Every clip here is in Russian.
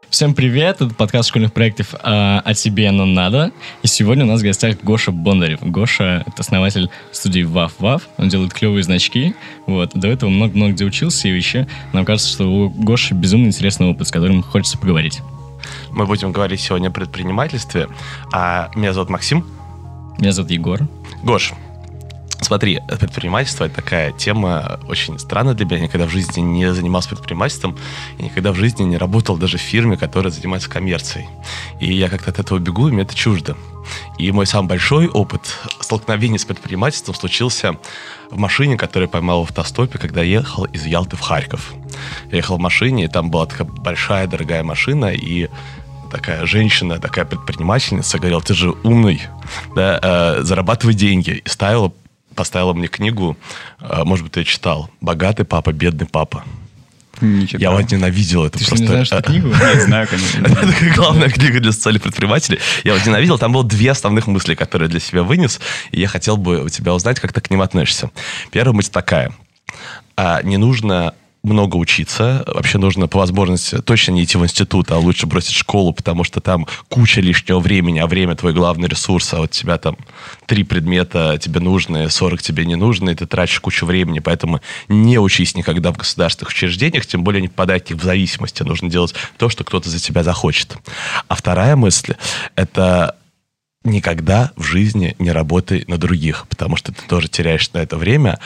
Всем привет, это подкаст школьных проектов «О тебе, но надо». И сегодня у нас в гостях Гоша Бондарев. Гоша — это основатель студии ВАФ. Он делает клевые значки. Вот. До этого много где учился, и еще нам кажется, что у Гоши безумно интересный опыт, с которым хочется поговорить. Мы будем говорить сегодня о предпринимательстве. Меня зовут Максим. Меня зовут Егор. Гош, смотри, предпринимательство — это такая тема очень странная для меня. Я никогда в жизни не занимался предпринимательством, и никогда в жизни не работал даже в фирме, которая занимается коммерцией. И я как-то от этого бегу, и мне это чуждо. И мой самый большой опыт столкновения с предпринимательством случился в машине, которую я поймал в автостопе, когда ехал из Ялты в Харьков. Я ехал в машине, и там была такая большая, дорогая машина, и такая женщина, такая предпринимательница говорила: ты же умный, да, зарабатывай деньги. И поставила мне книгу, может быть, ты читал, «Богатый папа, бедный папа». Я вот ненавидел это. Ты просто. Что, не знаешь эту книгу? Я знаю, конечно. Это такая главная книга для социальных предпринимателей. Я вот ненавидел. Там было две основных мысли, которые я для себя вынес. И я хотел бы у тебя узнать, как ты к ним относишься. Первая мысль такая. Не нужно много учиться. Вообще нужно по возможности точно не идти в институт, а лучше бросить школу, потому что там куча лишнего времени, а время твой главный ресурс, а вот у тебя там 3 предмета тебе нужны, 40 тебе не нужны, и ты тратишь кучу времени, поэтому не учись никогда в государственных учреждениях, тем более не попадай в зависимости. Нужно делать то, что кто-то за тебя захочет. А вторая мысль — это никогда в жизни не работай на других, потому что ты тоже теряешь на это время,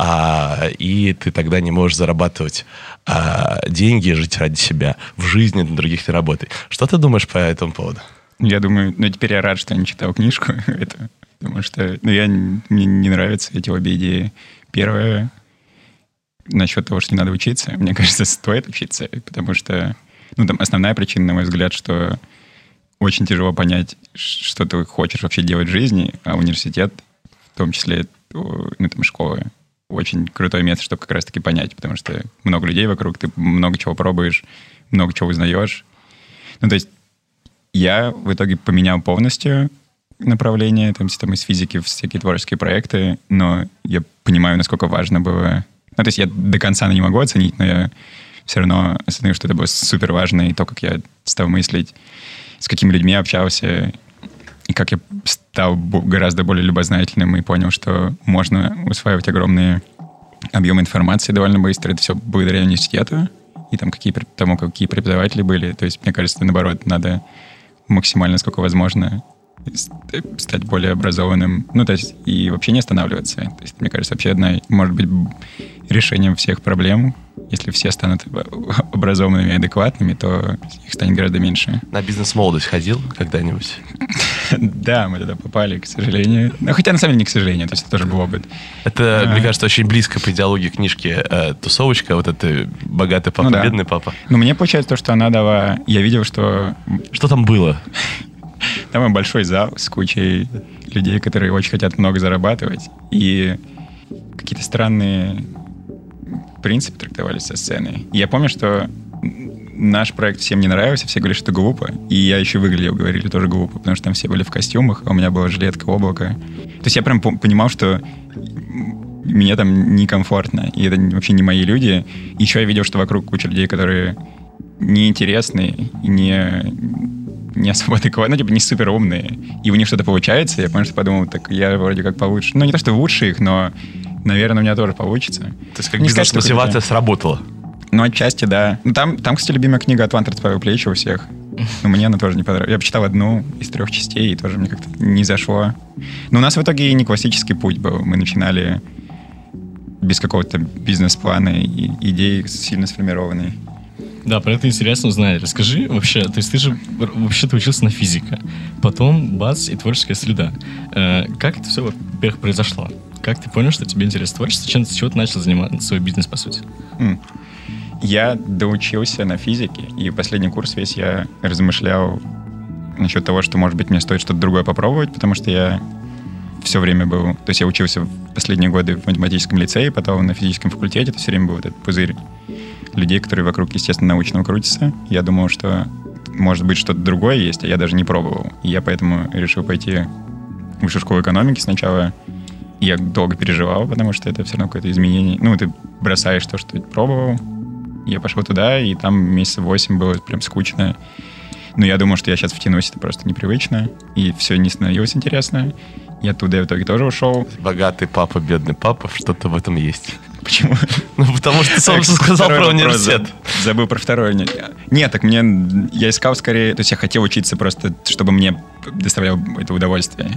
и ты тогда не можешь зарабатывать деньги и жить ради себя. В жизни на других не работай. Что ты думаешь по этому поводу? Я думаю, теперь я рад, что я не читал книжку. Потому что мне не нравятся эти обе идеи. Первое, насчет того, что не надо учиться. Мне кажется, стоит учиться, потому что там основная причина, на мой взгляд, что очень тяжело понять, что ты хочешь вообще делать в жизни, а университет, в том числе школа, очень крутое место, чтобы как раз-таки понять, потому что много людей вокруг, ты много чего пробуешь, много чего узнаешь. То есть я в итоге поменял полностью направление, из физики в всякие творческие проекты, но я понимаю, насколько важно было. То есть я до конца не могу оценить, но я все равно осознаю, что это было супер важно, и то, как я стал мыслить, с какими людьми общался, и как я стал гораздо более любознательным и понял, что можно усваивать огромные объемы информации довольно быстро. Это все благодаря университету и тому, какие преподаватели были. То есть, мне кажется, наоборот, надо максимально, сколько возможно, стать более образованным. И вообще не останавливаться. То есть, мне кажется, вообще может быть, решением всех проблем. Если все станут образованными и адекватными, то их станет гораздо меньше. На бизнес-молодость ходил когда-нибудь? Да, мы туда попали, к сожалению. Хотя, на самом деле, не к сожалению. То есть, это тоже был опыт. Это, мне кажется, очень близко по идеологии книжки тусовочка. Вот это «Богатый папа, бедный папа». Мне получается то, что она дала... Я видел, что... Что там было? Там большой зал с кучей людей, которые очень хотят много зарабатывать. И какие-то странные принципы трактовались со сцены. И я помню, что наш проект всем не нравился, все говорили, что глупо. И я еще выглядел, говорили, тоже глупо, потому что там все были в костюмах, а у меня была жилетка облака. То есть я прям понимал, что мне там некомфортно, и это вообще не мои люди. Еще я видел, что вокруг куча людей, которые неинтересные, не особо адекватные, не супер умные. И у них что-то получается. Я помню, что подумал, так я вроде как получше. Не то, что лучше их, но, наверное, у меня тоже получится. То есть как бизнес-мотивация сработала? Отчасти, да. Там, кстати, любимая книга от Вантер Павел Плечи у всех. Но мне она тоже не понравилась. Я почитал одну из 3 частей, и тоже мне как-то не зашло. Но у нас в итоге и не классический путь был. Мы начинали без какого-то бизнес-плана и идеи сильно сформированные. Да, про это интересно узнать. Расскажи вообще, то есть ты же вообще-то учился на физика, потом бац, и творческая среда. Как это все, во-первых, произошло? Как ты понял, что тебе интересно творчество? С чего ты начал заниматься свой бизнес, по сути? Я доучился на физике, и последний курс весь я размышлял насчет того, что, может быть, мне стоит что-то другое попробовать, потому что я все время был... То есть я учился в последние годы в математическом лицее, потом на физическом факультете, это все время был этот пузырь людей, которые вокруг, естественно, научного крутятся. Я думал, что, может быть, что-то другое есть, а я даже не пробовал. И я поэтому решил пойти в высшую школу экономики сначала. Я долго переживал, потому что это все равно какое-то изменение. Ты бросаешь то, что ты пробовал, Я пошел туда, и там месяца 8 было прям скучно. Но я думал, что я сейчас втянусь, это просто непривычно. И все не становилось интересно. И оттуда я в итоге тоже ушел. Богатый папа, бедный папа, что-то в этом есть. Почему? Ну, потому что ты сам сказал про университет. Забыл про второй. Нет, так я искал скорее... То есть я хотел учиться просто, чтобы мне доставляло это удовольствие.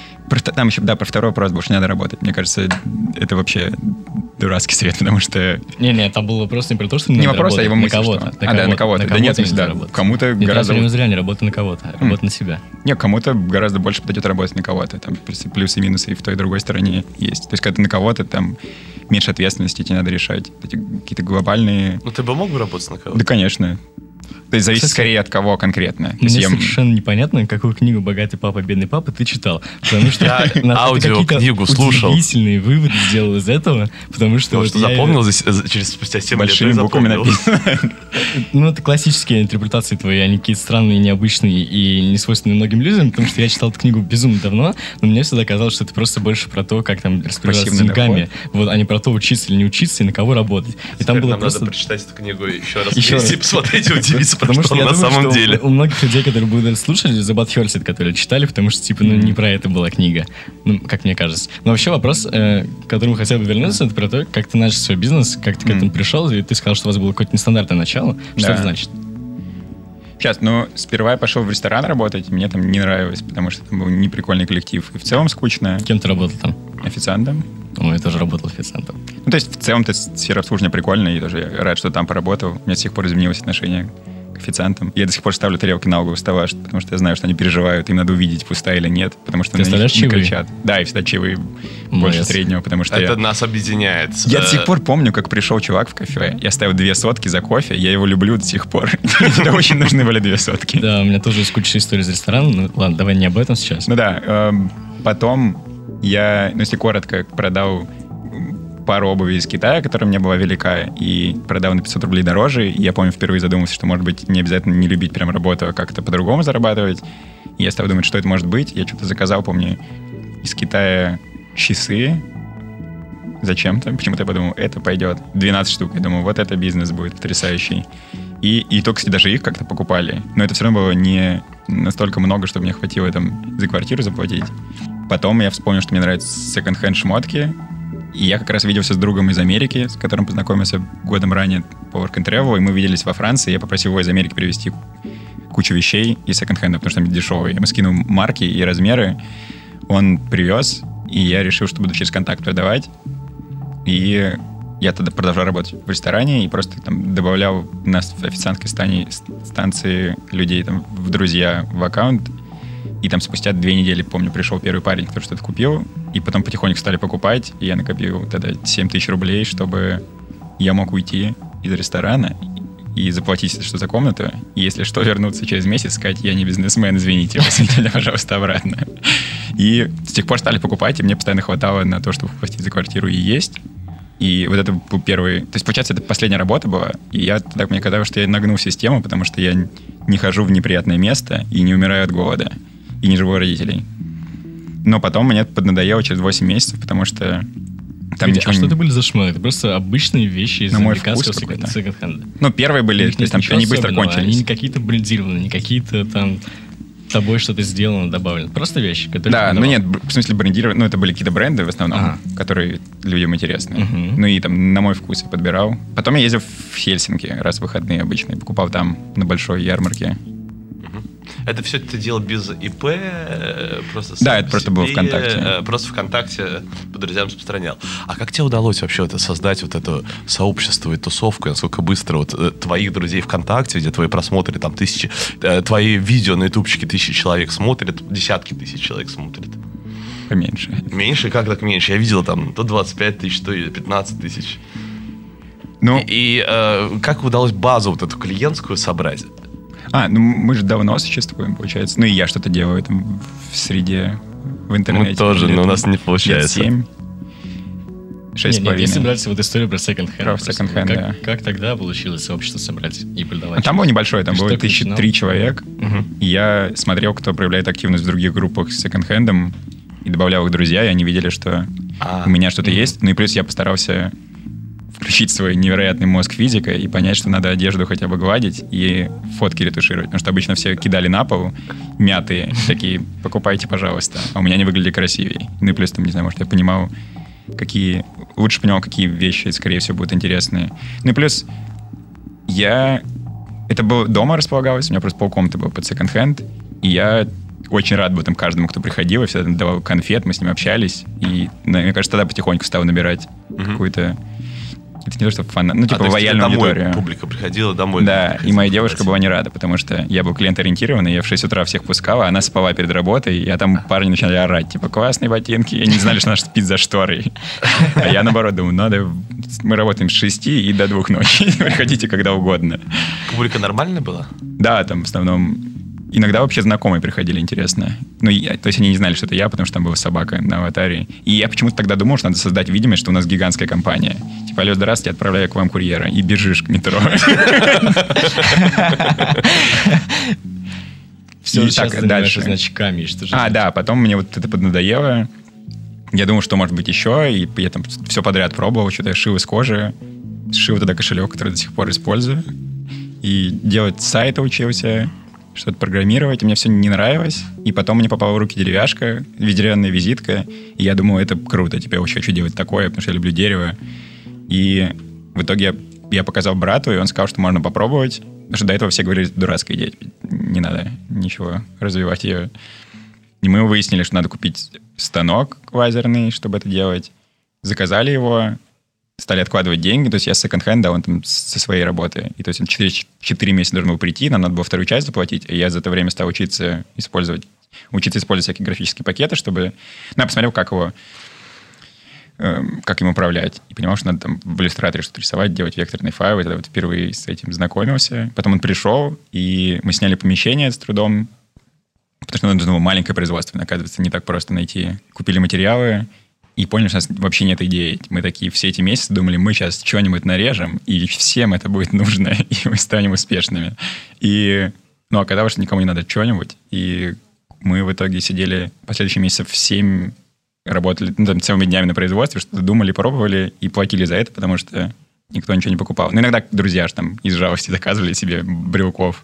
Там еще, про второй вопрос, больше не надо работать. Мне кажется, это вообще дурацкий совет, потому что... Не, там был вопрос не про то, что не не надо вопрос, а его мысль, на кого-то. На кого-то. Да нет, всегда. Кому-то гораздо... Не зря не работай на кого-то, работай на себя. Нет, кому-то гораздо больше подойдет работать на кого-то. Там плюсы и минусы и в той и другой стороне есть. То есть, когда ты на кого-то, там меньше ответственности тебе надо решать. Эти какие-то глобальные... Ну, ты бы мог бы работать на кого-то? Да, конечно. То есть зависит скорее от кого конкретно. Мне совершенно непонятно, какую книгу «Богатый папа, бедный папа» ты читал. Потому что я аудиокнигу слушал. Удивительные выводы сделал из этого, потому что... Потому что запомнил спустя 7 лет. Большими буквами написано. Ну, это классические интерпретации твои, они какие-то странные, необычные и не свойственные многим людям, потому что я читал эту книгу безумно давно, но мне всегда казалось, что это просто больше про то, как там распоряжаться деньгами, вот, а не про то, учиться или не учиться и на кого работать. И там было просто... надо прочитать эту книгу еще раз. Посмотреть и удивиться, потому что я на думаю, самом что деле. У многих людей, которые будут слушать, The Bad Hersed, которые читали, потому что, типа, не про это была книга. Ну, как мне кажется. Но вообще вопрос, к которому хотел бы вернуться, это про то, как ты начал свой бизнес, как ты к этому пришел, и ты сказал, что у вас было какое-то нестандартное начало. Что это значит? Сейчас, сперва я пошел в ресторан работать, мне там не нравилось, потому что там был неприкольный коллектив. И в целом скучно. Кем ты работал там? Официантом. Ну, я тоже работал официантом. То есть, в целом-то сфера обслуживания прикольная, и тоже я рад, что там поработал. У меня с тех пор изменилось отношение к официантам. Я до сих пор ставлю тарелки на угол стола, потому что я знаю, что они переживают, им надо увидеть, пустая или нет, потому что ты на них не кричат. Да, и всегда чаевые больше среднего, потому что это нас объединяет. Я до сих пор помню, как пришел чувак в кафе, я ставил 2 сотки за кофе, я его люблю до сих пор. Мне очень нужны были 2 сотки. Да, у меня тоже есть куча историй из ресторана, ну ладно, давай не об этом сейчас. Ну да, потом я, если коротко, продал пару обуви из Китая, которая мне была велика, и продал на 500 рублей дороже. И я помню, впервые задумался, что, может быть, не обязательно не любить прям работу, а как-то по-другому зарабатывать. И я стал думать, что это может быть. Я что-то заказал, помню, из Китая часы зачем-то. Почему-то я подумал, это пойдет. 12 штук. Я думаю, вот это бизнес будет потрясающий. И только даже их как-то покупали. Но это все равно было не настолько много, чтобы мне хватило там за квартиру заплатить. Потом я вспомнил, что мне нравятся секонд-хенд шмотки. И я как раз виделся с другом из Америки, с которым познакомился годом ранее по Work and Travel, и мы виделись во Франции, я попросил его из Америки привезти кучу вещей из секонд-хенда, потому что они дешевые. Я ему скинул марки и размеры, он привез, и я решил, что буду через контакт продавать. И я тогда продолжал работать в ресторане и просто там добавлял на официантской станции людей там, в друзья в аккаунт. И там спустя 2 недели, помню, пришел первый парень, который что-то купил, и потом потихоньку стали покупать, и я накопил тогда 7 тысяч рублей, чтобы я мог уйти из ресторана и заплатить что за комнату, и если что, вернуться через месяц, сказать, я не бизнесмен, извините, возьмите меня, пожалуйста, обратно. И с тех пор стали покупать, и мне постоянно хватало на то, чтобы платить за квартиру и есть. И вот это был первый... То есть, получается, это последняя работа была, и мне казалось, что я нагнул систему, потому что я не хожу в неприятное место и не умираю от голода. И не живу у родителей. Но потом мне поднадоело через 8 месяцев, потому что там ничего... А что это были за шмотки? Это просто обычные вещи из американского секонд-хенда. Ну, первые были, то есть там они быстро кончились. Они не какие-то брендированные, не какие-то там тобой что-то сделано, добавлено. Просто вещи, которые... Да, ну нет, в смысле брендированы, ну это были какие-то бренды в основном, которые людям интересны. Ну и там на мой вкус я подбирал. Потом я ездил в Хельсинки раз в выходные обычно и покупал там на большой ярмарке. Это все ты делал без ИП? Просто да, это просто было ВКонтакте. Просто ВКонтакте по друзьям распространял. А как тебе удалось вообще создать вот это сообщество и тусовку? Насколько быстро вот твоих друзей ВКонтакте, где твои просмотры там тысячи, твои видео на ютубчике 1000 человек смотрят, десятки тысяч человек смотрят? Поменьше. Меньше? Как так меньше? Я видел там то 25 тысяч, то 15 тысяч. Ну, и как удалось базу вот эту клиентскую собрать? Ну мы же давно существуем, получается. Ну и я что-то делаю там в среде, в интернете. Мы тоже, но у нас не получается. 7, 6,5. Нет, если брать вот историю про секонд-хенд. Про секонд-хенд, да. Как тогда получилось сообщество собрать и продавать? Там было небольшое, там было 1003 человек. И я смотрел, кто проявляет активность в других группах с секонд-хендом, и добавлял их друзья, и они видели, что у меня что-то есть. Ну и плюс я постарался включить свой невероятный мозг физика и понять, что надо одежду хотя бы гладить и фотки ретушировать. Потому что обычно все кидали на пол мятые, такие, покупайте, пожалуйста. А у меня они выглядели красивее. Ну и плюс, там, не знаю, может, я понимал, лучше понимал, какие вещи, скорее всего, будут интересные. Ну и плюс это было дома располагалось, у меня просто полкомнаты было под секонд-хенд, и я очень рад был там каждому, кто приходил, и всегда давал конфет, мы с ним общались, и, мне кажется, тогда потихоньку стал набирать какую-то... Это не то, что фанат, ну, типа, лояльную аудиторию. Публика приходила домой. Да, и моя девушка была не рада, потому что я был клиент-ориентированный, я в 6 утра всех пускал, а она спала перед работой, а там парни начинали орать, типа, классные ботинки, и они не знали, что она спит за шторой. А я, наоборот, думаю, мы работаем с 6 и до 2 ночи, приходите когда угодно. Публика нормальная была? Да, там в основном... Иногда вообще знакомые приходили, интересно. То есть они не знали, что это я, потому что там была собака на аватаре. И я почему-то тогда думал, что надо создать видимость, что у нас гигантская компания. Типа, алло, здравствуйте, отправляю к вам курьера. И бежишь к метро. Все сейчас дальше значками. Да, потом мне вот это поднадоело. Я думал, что может быть еще. И я там все подряд пробовал. Что-то я шил из кожи. Шил тогда кошелек, который до сих пор использую. И делать сайты учился. Что-то программировать, и мне все не нравилось. И потом мне попала в руки деревянная визитка, и я думал, это круто, теперь я очень хочу делать такое, потому что я люблю дерево. И в итоге я показал брату, и он сказал, что можно попробовать, потому что до этого все говорили, дурацкая идея, не надо ничего развивать ее. И мы выяснили, что надо купить станок лазерный, чтобы это делать. Заказали его, стали откладывать деньги, то есть я с секонд-хенда, он там со своей работы. И то есть он 4 месяца должен был прийти, нам надо было вторую часть заплатить, и я за это время стал учиться использовать всякие графические пакеты, чтобы... я посмотрел, как им управлять. И понимал, что надо там в иллюстраторе что-то рисовать, делать векторные файлы. И тогда вот впервые с этим знакомился. Потом он пришел, и мы сняли помещение с трудом, потому что нужно было маленькое производство, оказывается, не так просто найти. Купили материалы, и поняли, что у нас вообще нет идеи. Мы такие все эти месяцы думали, мы сейчас что-нибудь нарежем, и всем это будет нужно, и мы станем успешными. Оказалось, что никому не надо что-нибудь. И мы в итоге сидели последующие месяцев 7, работали целыми днями на производстве, что-то думали, пробовали и платили за это, потому что никто ничего не покупал. Иногда друзья ж там из жалости заказывали себе брелков.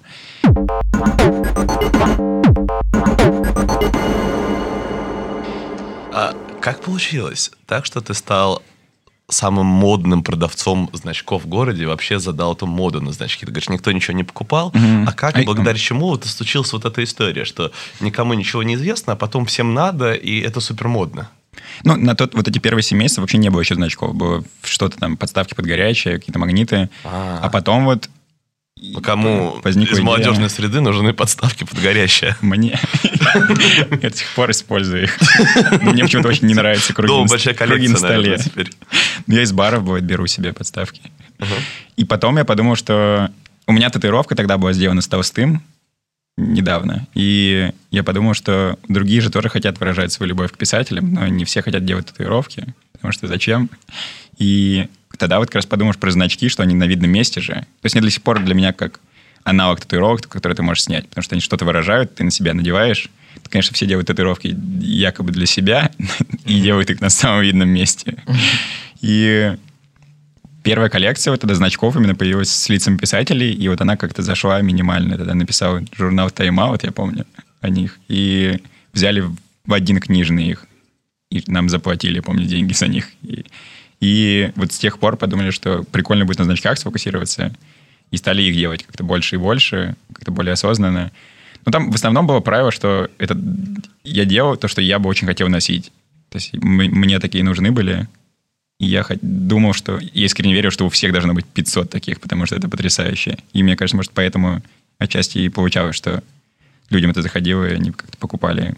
Как получилось? Так, что ты стал самым модным продавцом значков в городе, вообще задал эту моду на значки. Ты говоришь, никто ничего не покупал. А как и благодаря чему вот случилась вот эта история, что никому ничего не известно, а потом всем надо, и это супер модно? Вот эти первые 7 месяцев вообще не было еще значков. Было что-то там, подставки под горячее, какие-то магниты. А потом вот кому из молодежной среды нужны подставки под горящее? Мне. Я до сих пор использую их. Мне почему-то очень не нравится круги на столе. Я из баров, бывает, беру себе подставки. И потом я подумал, что у меня татуировка тогда была сделана с толстым недавно. И я подумал, что другие же тоже хотят выражать свою любовь к писателям, но не все хотят делать татуировки, потому что зачем? И тогда вот как раз подумаешь про значки, что они на видном месте же. То есть они до сих пор для меня как аналог татуировок, которые ты можешь снять, потому что они что-то выражают, ты на себя надеваешь. Конечно, все делают татуировки якобы для себя и делают их на самом видном месте. И первая коллекция вот тогда значков именно появилась с лицами писателей, и вот она как-то зашла минимально. Тогда написал журнал Time Out, я помню, о них, и взяли в один книжный их, и нам заплатили, я помню, деньги за них. И вот с тех пор подумали, что прикольно будет на значках сфокусироваться, и стали их делать как-то больше и больше, как-то более осознанно. Но там в основном было правило, что это я делал то, что я бы очень хотел носить. То есть мне такие нужны были. И я думал, что... Я искренне верил, что у всех должно быть 500 таких, потому что это потрясающе. И мне кажется, может, поэтому отчасти и получалось, что людям это заходило, и они как-то покупали.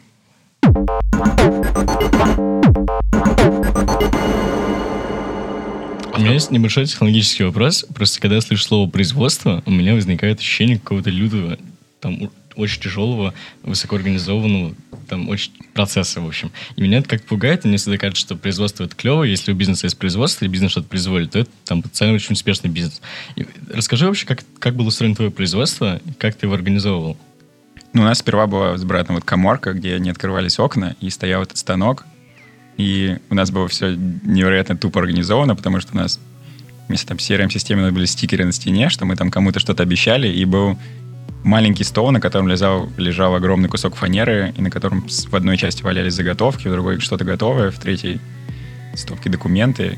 У меня есть небольшой технологический вопрос. Просто когда я слышу слово «производство», у меня возникает ощущение какого-то лютого, там, очень тяжелого, высокоорганизованного, там, очень процесса, в общем. И меня это как пугает, и мне всегда кажется, что производство — это клево. Если у бизнеса есть производство, или бизнес что-то производит, то это там потенциально очень успешный бизнес. И расскажи вообще, как было устроено твое производство, как ты его организовывал? У нас сперва была с братом вот каморка, где не открывались окна, и стоял этот станок. И у нас было все невероятно тупо организовано, потому что у нас вместо там CRM-системы у нас были стикеры на стене, что мы там кому-то что-то обещали, и был маленький стол, на котором лежал огромный кусок фанеры, и на котором в одной части валялись заготовки, в другой что-то готовое, в третьей стопки документы.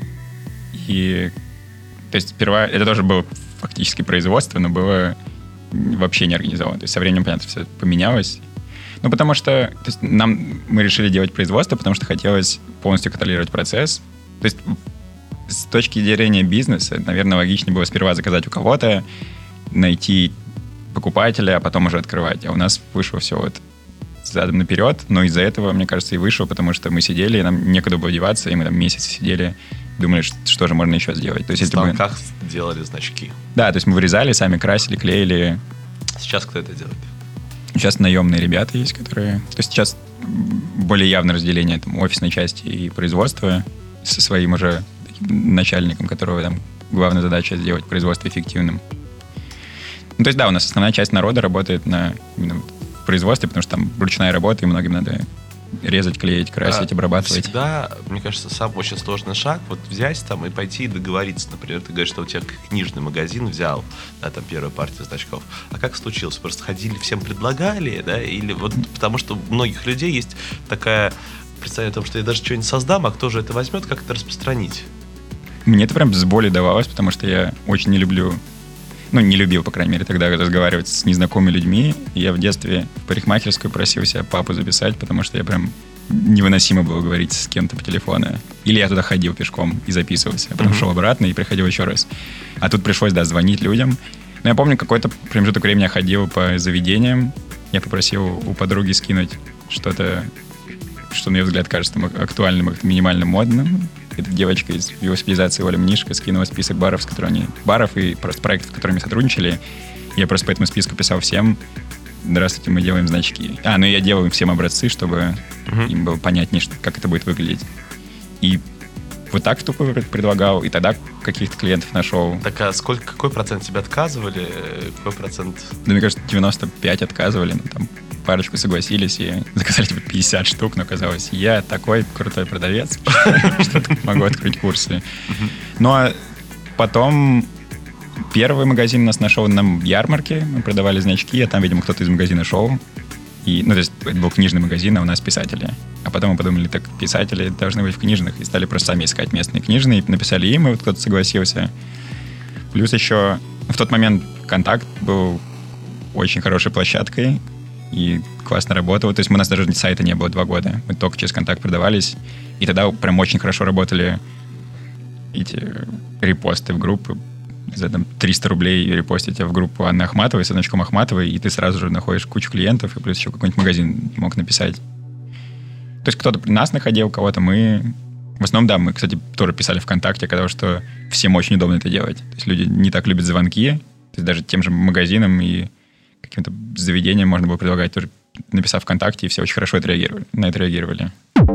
И то есть сперва это тоже было фактически производство, но было вообще не организовано. То есть со временем, понятно, все поменялось. Ну, потому что мы решили делать производство, потому что хотелось полностью контролировать процесс. То есть с точки зрения бизнеса, наверное, логичнее было сперва заказать у кого-то, найти покупателя, а потом уже открывать. А у нас вышло все вот задом наперед, но из-за этого, мне кажется, и вышло, потому что мы сидели, и нам некуда было деваться, и мы там месяц сидели, думали, что же можно еще сделать. То есть, в станках делали значки. Да, то есть мы вырезали, сами красили, клеили. Сейчас кто это делает? Сейчас наемные ребята есть, которые... То есть сейчас более явное разделение там, офисной части и производства со своим уже таким начальником, которого там главная задача сделать производство эффективным. Ну, то есть, да, у нас основная часть народа работает именно в производстве, потому что там ручная работа, и многим надо резать, клеить, красить, обрабатывать. Всегда, мне кажется, сам очень сложный шаг вот взять там и пойти и договориться. Например, ты говоришь, что у тебя книжный магазин взял, да, там первую партию значков. А как случилось? Просто ходили, всем предлагали, да? Или вот потому что у многих людей есть такая представление о том, что я даже что-нибудь создам, а кто же это возьмет, как это распространить? Мне это прям с болью давалось, потому что я очень не любил, не любил, по крайней мере, тогда разговаривать с незнакомыми людьми. Я в детстве в парикмахерскую просил себя папу записать, потому что я прям невыносимо было говорить с кем-то по телефону. Или я туда ходил пешком и записывался, а потом шел обратно и приходил еще раз. А тут пришлось, звонить людям. Но я помню, какой-то промежуток времени я ходил по заведениям. Я попросил у подруги скинуть что-то, что, на ее взгляд, кажется актуальным, минимально модным. Эта девочка из велосипедизации Оля Мнишка скинула список баров, баров и просто проектов, с которыми сотрудничали. Я просто по этому списку писал всем: здравствуйте, мы делаем значки. Я делаю всем образцы, чтобы им было понятнее, как это будет выглядеть. И вот так тупо предлагал, и тогда каких-то клиентов нашел. Так, а какой процент тебе отказывали? Какой процент? Да, мне кажется, 95 отказывали, там парочку согласились и заказали 50 штук, но оказалось, я такой крутой продавец, что могу открыть курсы. Ну, а потом первый магазин нас нашел на ярмарке, мы продавали значки, а там, видимо, кто-то из магазина шел. То есть это был книжный магазин, а у нас писатели. А потом мы подумали, так писатели должны быть в книжных, и стали просто сами искать местные книжные, написали им, и вот кто-то согласился. Плюс еще в тот момент «Контакт» был очень хорошей площадкой, и классно работал. То есть у нас даже сайта не было 2 года. Мы только через «Контакт» продавались. И тогда прям очень хорошо работали эти репосты в группы. За 300 рублей репостить в группу Анны Ахматовой с значком Ахматовой, и ты сразу же находишь кучу клиентов, и плюс еще какой-нибудь магазин мог написать. То есть кто-то нас находил, кого-то мы... В основном, да, мы, кстати, тоже писали ВКонтакте, когда что всем очень удобно это делать. То есть люди не так любят звонки. То есть даже тем же магазинам и каким-то заведениям можно было предлагать тоже, написав ВКонтакте, и все очень хорошо на это реагировали.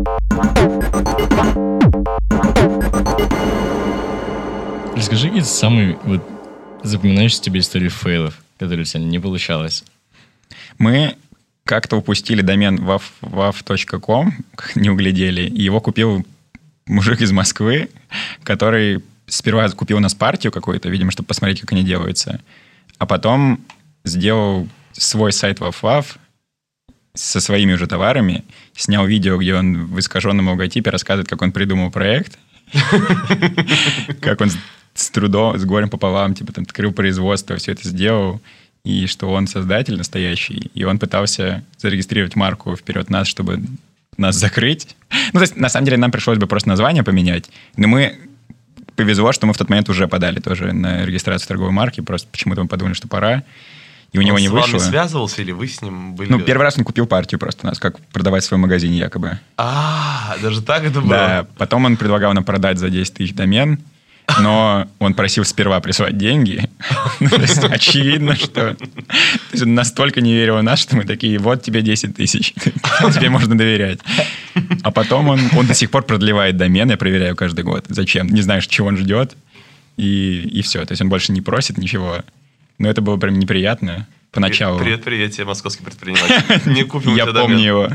Расскажи какие-то самые запоминающиеся тебе истории фейлов, которые у тебя не получалось. Мы как-то упустили домен wav.com, не углядели, и его купил мужик из Москвы, который сперва купил у нас партию какую-то, видимо, чтобы посмотреть, как они делаются, а потом сделал свой сайт wav.wav со своими уже товарами, снял видео, где он в искаженном логотипе рассказывает, как он придумал проект, как он с трудом, с горем пополам, открыл производство, все это сделал, и что он создатель настоящий, и он пытался зарегистрировать марку вперед нас, чтобы нас закрыть. То есть, на самом деле, нам пришлось бы просто название поменять, но повезло, что мы в тот момент уже подали тоже на регистрацию торговой марки, просто почему-то мы подумали, что пора, и у него не вышло. Он с вами связывался или вы с ним были? Первый раз он купил партию просто у нас, как продавать в своем магазине якобы. Даже так это было? Да, потом он предлагал нам продать за 10 тысяч домен, но он просил сперва прислать деньги. Очевидно, что он настолько не верил в нас, что мы такие: вот тебе 10 тысяч, тебе можно доверять. А потом он до сих пор продлевает домен, я проверяю каждый год. Зачем? Не знаешь, чего он ждет, и все. То есть он больше не просит ничего. Но это было прям неприятно поначалу. Привет, я московский предприниматель. Не купим у тебя домен. Я помню его.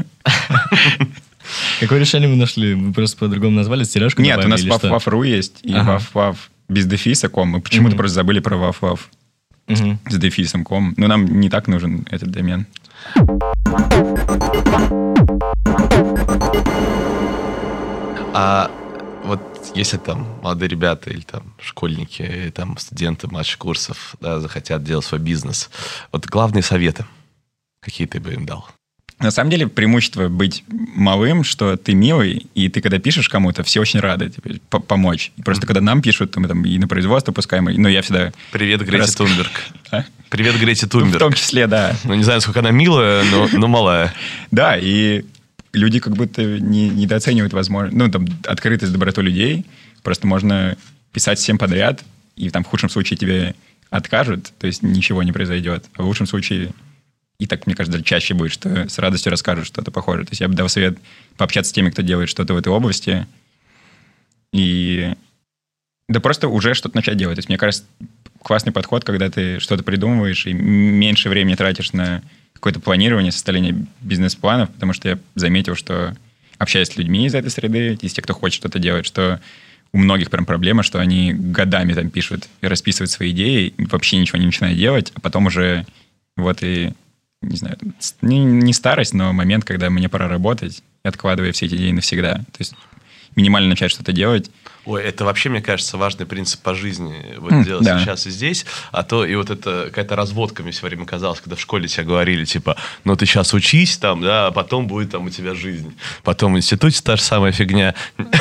Какое решение вы нашли? Вы просто по-другому назвали, стиражку Нет, добавили? Нет, у нас wav.ru есть, и wav.wav без дефиса ком. Мы почему-то просто забыли про ваф-ваф с дефисом ком. Но нам не так нужен этот домен. А вот если там молодые ребята или там школьники, или там студенты младших курсов, да, захотят делать свой бизнес, вот главные советы, какие ты бы им дал? На самом деле преимущество быть малым, что ты милый, и ты когда пишешь кому-то, все очень рады тебе помочь. И просто когда нам пишут, то мы там и на производство пускаем, но я всегда... Привет, Грете Тунберг. Привет, Грете Тунберг. В том числе, да. Ну, не знаю, сколько она милая, но малая. Да, и люди как будто недооценивают возможность, ну, там, открытость, доброту людей. Просто можно писать всем подряд, и там в худшем случае тебе откажут, то есть ничего не произойдет. А в лучшем случае... И так, мне кажется, чаще будет, что с радостью расскажут что-то похожее. То есть я бы дал совет пообщаться с теми, кто делает что-то в этой области. И да просто уже что-то начать делать. То есть мне кажется, классный подход, когда ты что-то придумываешь и меньше времени тратишь на какое-то планирование, составление бизнес-планов, потому что я заметил, что общаясь с людьми из этой среды, из тех, кто хочет что-то делать, что у многих прям проблема, что они годами там пишут и расписывают свои идеи, и вообще ничего не начинают делать, а потом уже вот и... Не знаю, не старость, но момент, когда мне пора работать, откладывая все эти идеи навсегда. То есть минимально начать что-то делать. Ой, это вообще, мне кажется, важный принцип по жизни. Вот делать сейчас и здесь. А то и вот это какая-то разводка мне все время казалось, когда в школе тебе говорили, типа, ну ты сейчас учись там, да, а потом будет там у тебя жизнь. Потом в институте та же самая фигня.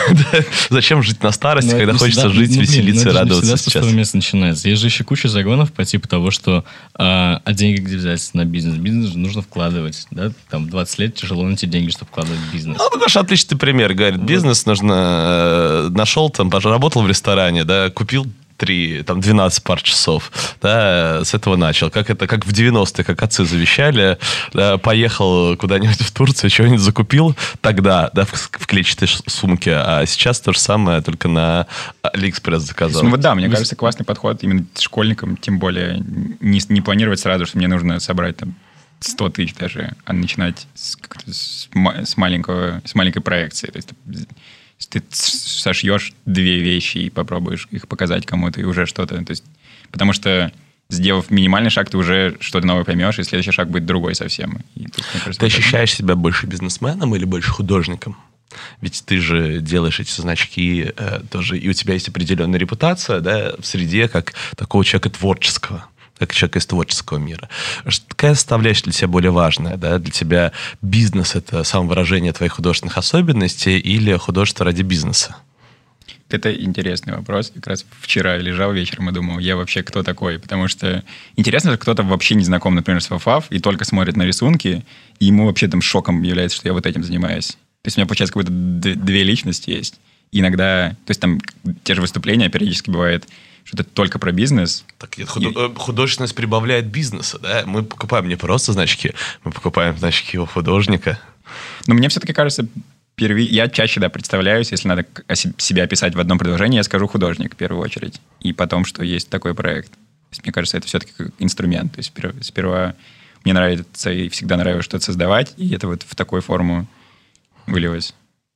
Зачем жить на старости, когда хочется жить, веселиться и радоваться сейчас? Всегда с того места начинается. Есть же еще куча загонов по типу того, что а деньги где взять на бизнес? Бизнес нужно вкладывать, да? Там 20 лет тяжело найти деньги, чтобы вкладывать в бизнес. Ну, Гоша, отличный пример. Говорит, бизнес нужно... Нашел там, работал в ресторане, да, купил 12 пар часов, да, с этого начал. Как в 90-е, как отцы завещали, да, поехал куда-нибудь в Турцию, чего-нибудь закупил тогда, да, в клетчатой сумке, а сейчас то же самое, только на Алиэкспресс заказал. Ну вот да, мне кажется, классный подход именно школьникам, тем более не планировать сразу, что мне нужно собрать там 100 тысяч даже, а начинать с маленькой проекции. То есть ты сошьешь 2 вещи и попробуешь их показать кому-то, и уже что-то. То есть, потому что, сделав минимальный шаг, ты уже что-то новое поймешь, и следующий шаг будет другой совсем. И тут, мне кажется, ты ощущаешь себя больше бизнесменом или больше художником? Ведь ты же делаешь эти значки тоже, и у тебя есть определенная репутация, да, в среде как такого человека творческого, как человек из творческого мира. Какая составляющая для тебя более важная? Да? Для тебя бизнес — это самовыражение твоих художественных особенностей или художество ради бизнеса? Это интересный вопрос. Как раз вчера лежал вечером и думал, я вообще кто такой? Потому что интересно, что кто-то вообще не знаком, например, с Ваф-Ваф и только смотрит на рисунки, и ему вообще там шоком является, что я вот этим занимаюсь. То есть у меня, получается, как будто 2 личности есть. И иногда, то есть там те же выступления периодически бывает, что это только про бизнес. Так художественность прибавляет бизнеса, да? Мы покупаем не просто значки, мы покупаем значки у художника. Но мне все-таки кажется, я чаще, да, представляюсь, если надо себя описать в одном предложении, я скажу художник в первую очередь. И потом, что есть такой проект. То есть, мне кажется, это все-таки как инструмент. То есть сперва мне нравится и всегда нравилось что-то создавать, и это вот в такую форму вылилось.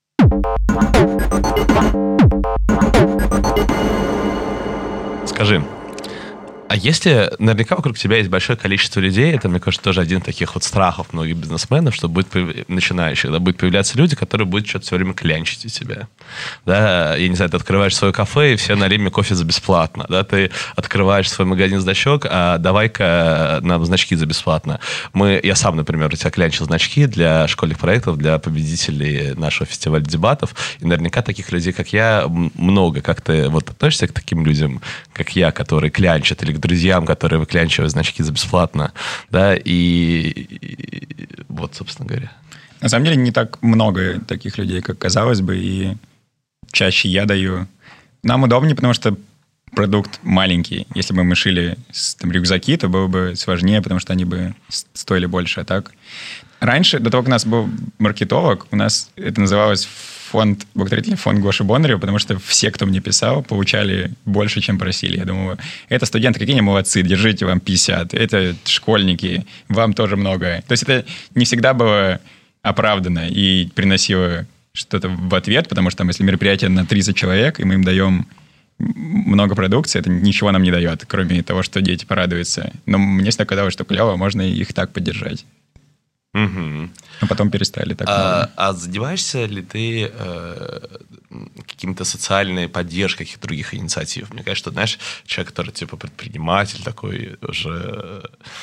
Скажи, а если наверняка вокруг тебя есть большое количество людей, это, мне кажется, тоже один из таких вот страхов многих бизнесменов, что будет начинающих, да, будут появляться люди, которые будут что-то все время клянчить у тебя. Да, я не знаю, ты открываешь свое кафе, и все налей мне кофе за бесплатно. Да, ты открываешь свой магазин значок, а давай-ка нам значки за бесплатно. Я сам, например, у тебя клянчил значки для школьных проектов, для победителей нашего фестиваля дебатов, и наверняка таких людей, как я, много. Как ты вот относишься к таким людям, как я, которые клянчат, или к друзьям, которые выклянчивают значки за бесплатно, да, и вот, собственно говоря. На самом деле не так много таких людей, как казалось бы, и чаще я даю. Нам удобнее, потому что продукт маленький. Если бы мы шили там рюкзаки, то было бы сложнее, потому что они бы стоили больше. А так раньше, до того, как у нас был маркетолог, у нас это называлось благотворительный фонд Гоши Бондарева, потому что все, кто мне писал, получали больше, чем просили. Я думаю, это студенты, какие они молодцы, держите, вам 50. Это школьники, вам тоже много. То есть это не всегда было оправдано и приносило что-то в ответ, потому что там, если мероприятие на 30 человек, и мы им даем много продукции, это ничего нам не дает, кроме того, что дети порадуются. Но мне всегда казалось, что клево, можно их так поддержать. Мгм. Но потом перестали так много. А занимаешься ли ты какими-то социальной поддержкой каких-то других инициатив? Мне кажется, что, знаешь, человек, который типа предприниматель, такой уже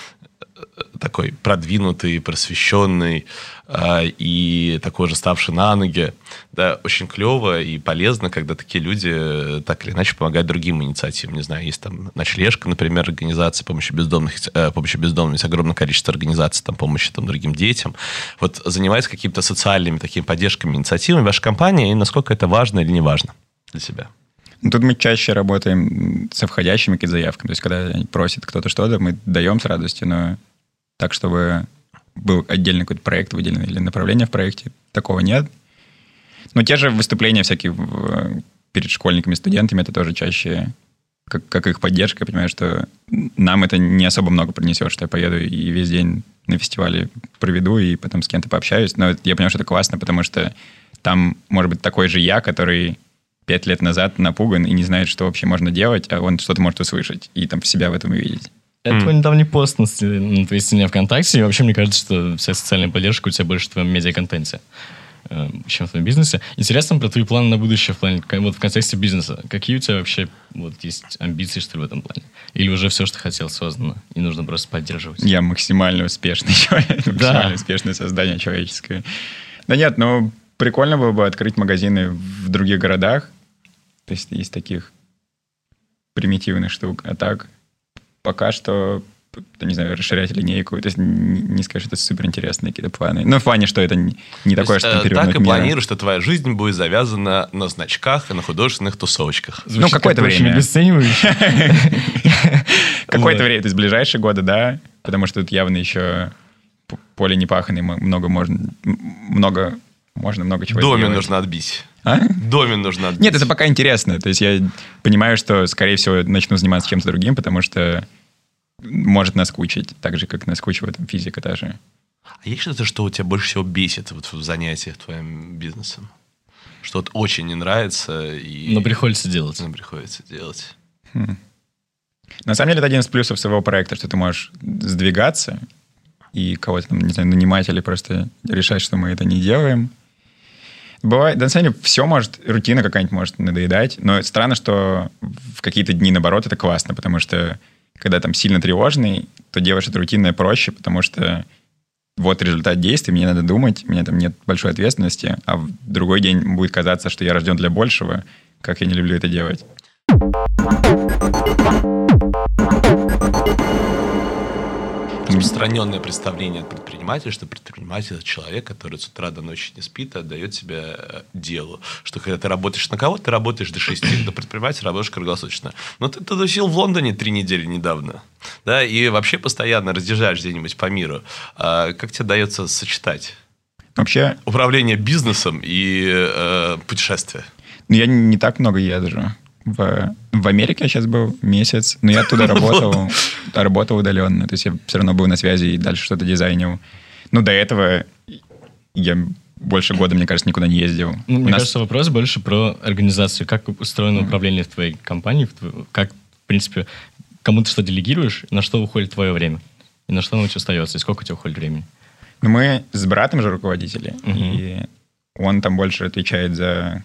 такой продвинутый, просвещенный и такой же ставший на ноги, да, очень клево и полезно, когда такие люди так или иначе помогают другим инициативам. Не знаю, есть там «Ночлежка», например, организация помощи бездомным, есть огромное количество организаций там, помощи там, другим детям. Вот занимается какими-то социальными такими поддержками, инициативами ваша компания, и насколько это важно или не важно для себя? Ну, тут мы чаще работаем со входящими какими-то заявками. То есть, когда просит кто-то что-то, мы даем с радостью, но так, чтобы был отдельный какой-то проект выделенный или направление в проекте, такого нет. Но те же выступления всякие перед школьниками, студентами, это тоже чаще как их поддержка. Я понимаю, что нам это не особо много принесет, что я поеду и весь день на фестивале проведу, и потом с кем-то пообщаюсь. Но я понимаю, что это классно, потому что там может быть такой же я, который 5 лет назад напуган и не знает, что вообще можно делать, а он что-то может услышать и там себя в этом увидеть. Это твой недавний пост на твоей стене ВКонтакте, и вообще мне кажется, что вся социальная поддержка у тебя больше в твоем медиаконтенте, чем в твоем бизнесе. Интересно про твои планы на будущее в плане, вот в контексте бизнеса. Какие у тебя вообще вот есть амбиции, что ли, в этом плане? Или уже все, что хотел, создано, и нужно просто поддерживать? Я максимально успешный человек, максимально успешное создание человеческое. Да нет, ну прикольно было бы открыть магазины в других городах. То есть есть таких примитивных штук. А так пока что, не знаю, расширять линейку. То есть не скажу, что это суперинтересные какие-то планы. Ну, в плане, что это не такое, что перевернуть так и мир. планируешь, что твоя жизнь будет завязана на значках и на художественных тусовочках. Ну, какое-то время. Обесценивающе. Какое-то время. То есть ближайшие годы, да. Потому что тут явно еще поле не паханое. Много чего Доме сделать. нужно отбить. А? Доме нужно отбить. Нет, это пока интересно. То есть я понимаю, что, скорее всего, начну заниматься чем-то другим, потому что может наскучить, так же, как наскучивает там, физика та же. А есть что-то, что у тебя больше всего бесит вот в занятиях твоим бизнесом? Что вот очень не нравится и... Но приходится делать. На самом деле, это один из плюсов своего проекта, что ты можешь сдвигаться и кого-то там, не знаю, нанимать или просто решать, что мы это не делаем. Бывает, да, на самом деле, все может, рутина какая-нибудь может надоедать, но странно, что в какие-то дни, наоборот, это классно, потому что когда там сильно тревожный, то делаешь это рутинное проще, потому что вот результат действий, мне надо думать, у меня там нет большой ответственности, а в другой день будет казаться, что я рожден для большего, как я не люблю это делать. Распространенное представление от предпринимателя, что предприниматель — это человек, который с утра до ночи не спит, а отдает себя делу. Что когда ты работаешь на кого-то, ты работаешь до 6, до предпринимателя работаешь круглосуточно. Но ты тусил в Лондоне 3 недели недавно, да, и вообще постоянно разъезжаешь где-нибудь по миру. А как тебе дается сочетать вообще управление бизнесом и путешествия? Ну, я не так много езжу. В Америке я сейчас был месяц, но я оттуда работал удаленно. То есть я все равно был на связи и дальше что-то дизайнил. Ну, до этого я больше года, мне кажется, никуда не ездил. Ну, мне кажется, вопрос больше про организацию. Как устроено управление в твоей компании? Как, в принципе, кому ты что делегируешь, на что уходит твое время? И на что оно у тебя остается? И сколько у тебя уходит времени? Ну, мы с братом же руководители. И он там больше отвечает за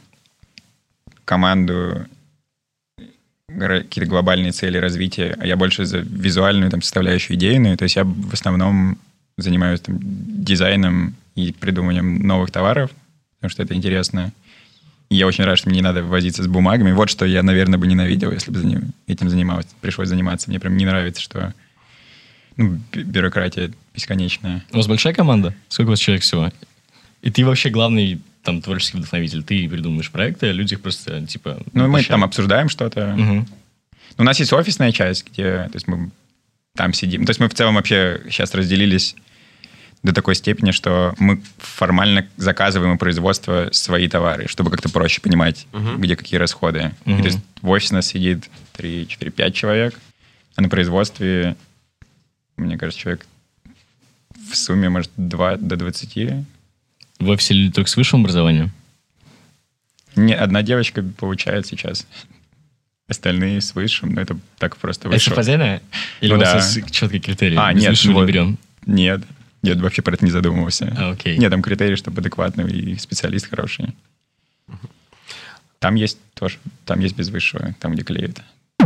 команду, какие-то глобальные цели развития, а я больше за визуальную там, составляющую идейную. То есть я в основном занимаюсь там, дизайном и придумыванием новых товаров, потому что это интересно. И я очень рад, что мне не надо возиться с бумагами. Вот что я, наверное, бы ненавидел, если бы этим занимался. Пришлось заниматься. Мне прям не нравится, что бюрократия бесконечная. У вас большая команда? Сколько у вас человек всего? И ты вообще главный там творческий вдохновитель. Ты придумываешь проекты, а люди их просто типа... Ну, мы там обсуждаем что-то. У нас есть офисная часть, где то есть мы там сидим. То есть мы в целом вообще сейчас разделились до такой степени, что мы формально заказываем у производства свои товары, чтобы как-то проще понимать, где какие расходы. И, то есть в офисе у нас сидит 3, 4, 5 человек, а на производстве, мне кажется, человек в сумме, может, 2 до 20. В офисе люди только с высшим образованием? Не, одна девочка получает сейчас. остальные с высшим, но это так просто Это вышло. совпадение? Или Ну у вас да. есть четкий критерий? Без Нет, высшего вот не берем. Нет, вообще про это не задумывался. Окей. Нет, там критерий, чтобы адекватный и специалист хороший. Там есть тоже, там есть без высшего, там, где клеят.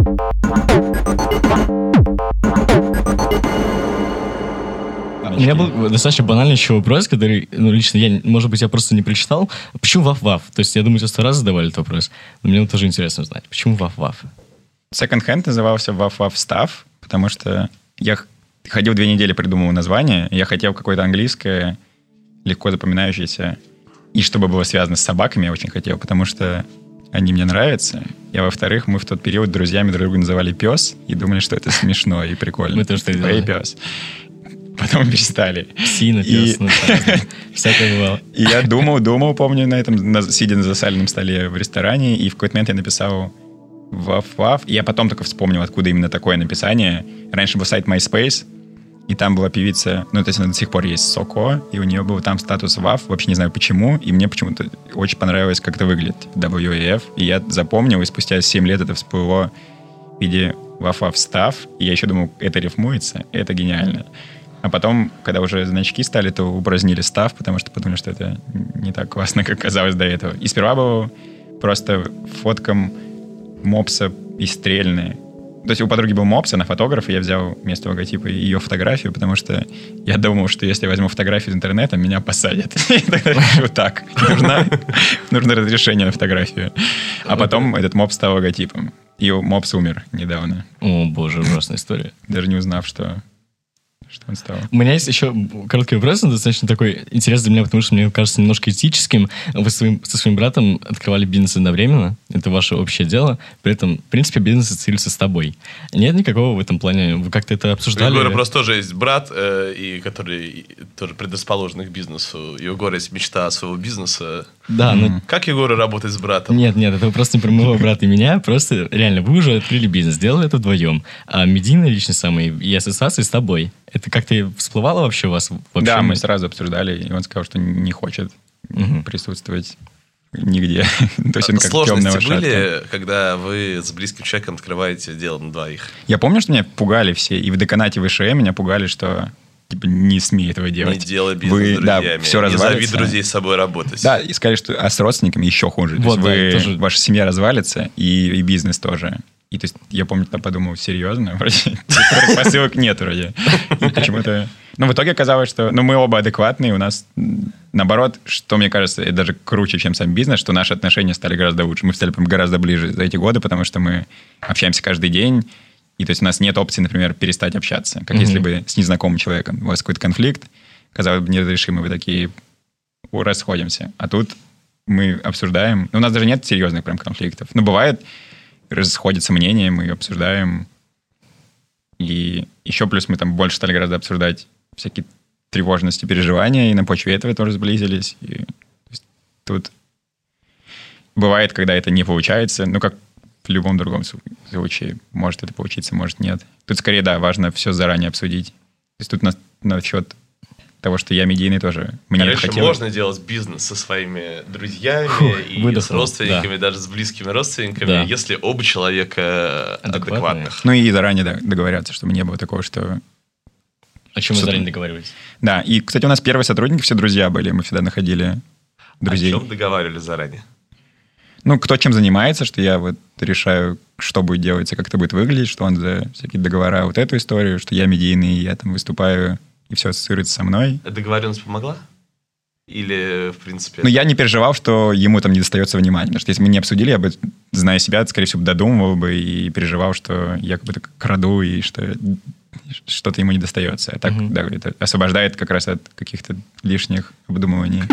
У меня был достаточно банальный еще вопрос, который, лично я, может быть, я просто не прочитал. Почему ваф-ваф? То есть, я думаю, 100 раз задавали этот вопрос, но мне тоже интересно узнать. Почему ваф-ваф? Second Hand назывался Waf Stuff, потому что я ходил 2 недели, придумывал название, я хотел какое-то английское, легко запоминающееся, и чтобы было связано с собаками, я очень хотел, потому что они мне нравятся. И, во-вторых, мы в тот период друзьями друг друга называли пес и думали, что это смешно и прикольно. Мы тоже так Типа, делали. «Эй, пес». Потом перестали. Псина, пес, всякое бывало. И я думал, помню, на этом, сидя на засаленном столе в ресторане, и в какой-то момент я написал Ваф-Ваф, и я потом только вспомнил, откуда именно такое написание. Раньше был сайт MySpace, и там была певица, то есть она до сих пор есть, Соко, и у нее был там статус Ваф, вообще не знаю почему, и мне почему-то очень понравилось, как это выглядит, WAF, и я запомнил, и спустя 7 лет это всплыло в виде Ваф-Ваф Stuff, и я еще думал, это рифмуется, это гениально. А потом, когда уже значки стали, то упразднили став, потому что подумали, что это не так классно, как казалось до этого. И сперва было просто фоткам мопса и стрельные. То есть у подруги был мопс, она фотограф, и я взял вместо логотипа ее фотографию, потому что я думал, что если я возьму фотографию из интернета, меня посадят. И тогда решил так. Нужно разрешение на фотографию. А потом этот мопс стал логотипом. И мопс умер недавно. О, боже, ужасная история. Даже не узнав, что он стал. У меня есть еще короткий вопрос, он достаточно такой интересный для меня, потому что мне кажется немножко этическим. Вы со своим братом открывали бизнес одновременно, это ваше общее дело, при этом, в принципе, бизнес ассоциируется с тобой. Нет никакого в этом плане? Вы как-то это обсуждали? У Егора просто тоже есть брат, и который тоже предрасположен к бизнесу. И у Егора есть мечта своего бизнеса. Да, но... Как Егору работать с братом? Нет, это просто не про моего брата и меня, просто реально, вы уже открыли бизнес, сделали это вдвоем, а медийная личность самая и ассоциации с тобой. Это как-то всплывало вообще у вас? Да, мы сразу обсуждали, и он сказал, что не хочет присутствовать нигде. То есть он как темная Сложности лошадка. были, когда вы с близким человеком открываете дело на двоих? Я помню, что меня пугали все, и в деканате ВШЭ меня пугали, что типа не смей этого делать. Не делай бизнес с друзьями. Все не зови развалится. друзей с собой работать. Да, и сказали, что с родственниками еще хуже. То Вот, есть да, тоже. ваша семья развалится, и бизнес тоже. И то есть я помню, тогда подумал, серьезно? Вроде предпосылок нет вроде. Почему-то... в итоге оказалось, что мы оба адекватные, у нас, наоборот, что мне кажется, это даже круче, чем сам бизнес, что наши отношения стали гораздо лучше. Мы стали прям гораздо ближе за эти годы, потому что мы общаемся каждый день, и то есть у нас нет опции, например, перестать общаться. Как если бы с незнакомым человеком у вас какой-то конфликт, казалось бы, неразрешимый, вы такие расходимся. А тут мы обсуждаем... У нас даже нет серьезных прям конфликтов. Бывает, расходятся мнения, мы обсуждаем. И еще плюс мы там больше стали гораздо обсуждать всякие тревожности, переживания, и на почве этого тоже сблизились. И, то есть, тут бывает, когда это не получается, как в любом другом случае. Может это получиться, может нет. Тут скорее, да, важно все заранее обсудить. То есть тут насчет того, что я медийный тоже. Мне это хотелось. Можно делать бизнес со своими друзьями и с родственниками, даже с близкими родственниками, если оба человека адекватных. И заранее договорятся, чтобы не было такого, что... О чем вы заранее договаривались? Да, и, кстати, у нас первые сотрудники все друзья были, мы всегда находили друзей. О чем договаривались заранее? Кто чем занимается, что я решаю, что будет делаться, как это будет выглядеть, что он за всякие договора, эту историю, что я медийный, я там выступаю, и все ассоциируется со мной. Договоренность помогла? Или, в принципе... Я не переживал, что ему там не достается внимания. Потому что если мы не обсудили, я бы, зная себя, скорее всего, додумывал бы и переживал, что я как будто краду, и что что-то ему не достается. А так, да, это освобождает как раз от каких-то лишних обдумываний.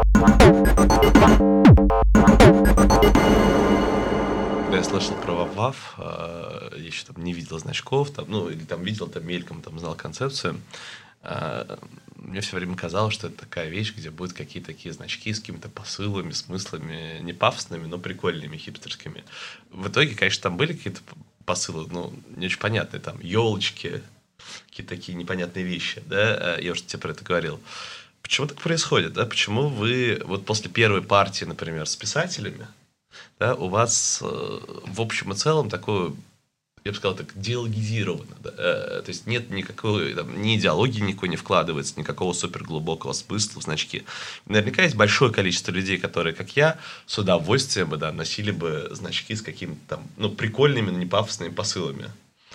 Когда я слышал про ВАВ, я еще не видел значков, или видел, мельком, знал концепцию. Мне все время казалось, что это такая вещь, где будут какие-то такие значки с какими-то посылами, смыслами, не пафосными, но прикольными, хипстерскими. В итоге, конечно, там были какие-то посылы, не очень понятные, елочки, какие-то такие непонятные вещи, да, я уже тебе про это говорил. Почему так происходит, да? Почему вы после первой партии, например, с писателями, да, у вас в общем и целом такое, я бы сказал так, диалогизировано. Да? То есть нет никакой, там, ни идеологии никакой не вкладывается, никакого суперглубокого смысла в значки. Наверняка есть большое количество людей, которые, как я, с удовольствием бы, да, носили бы значки с какими-то там, ну, прикольными, но не пафосными посылами.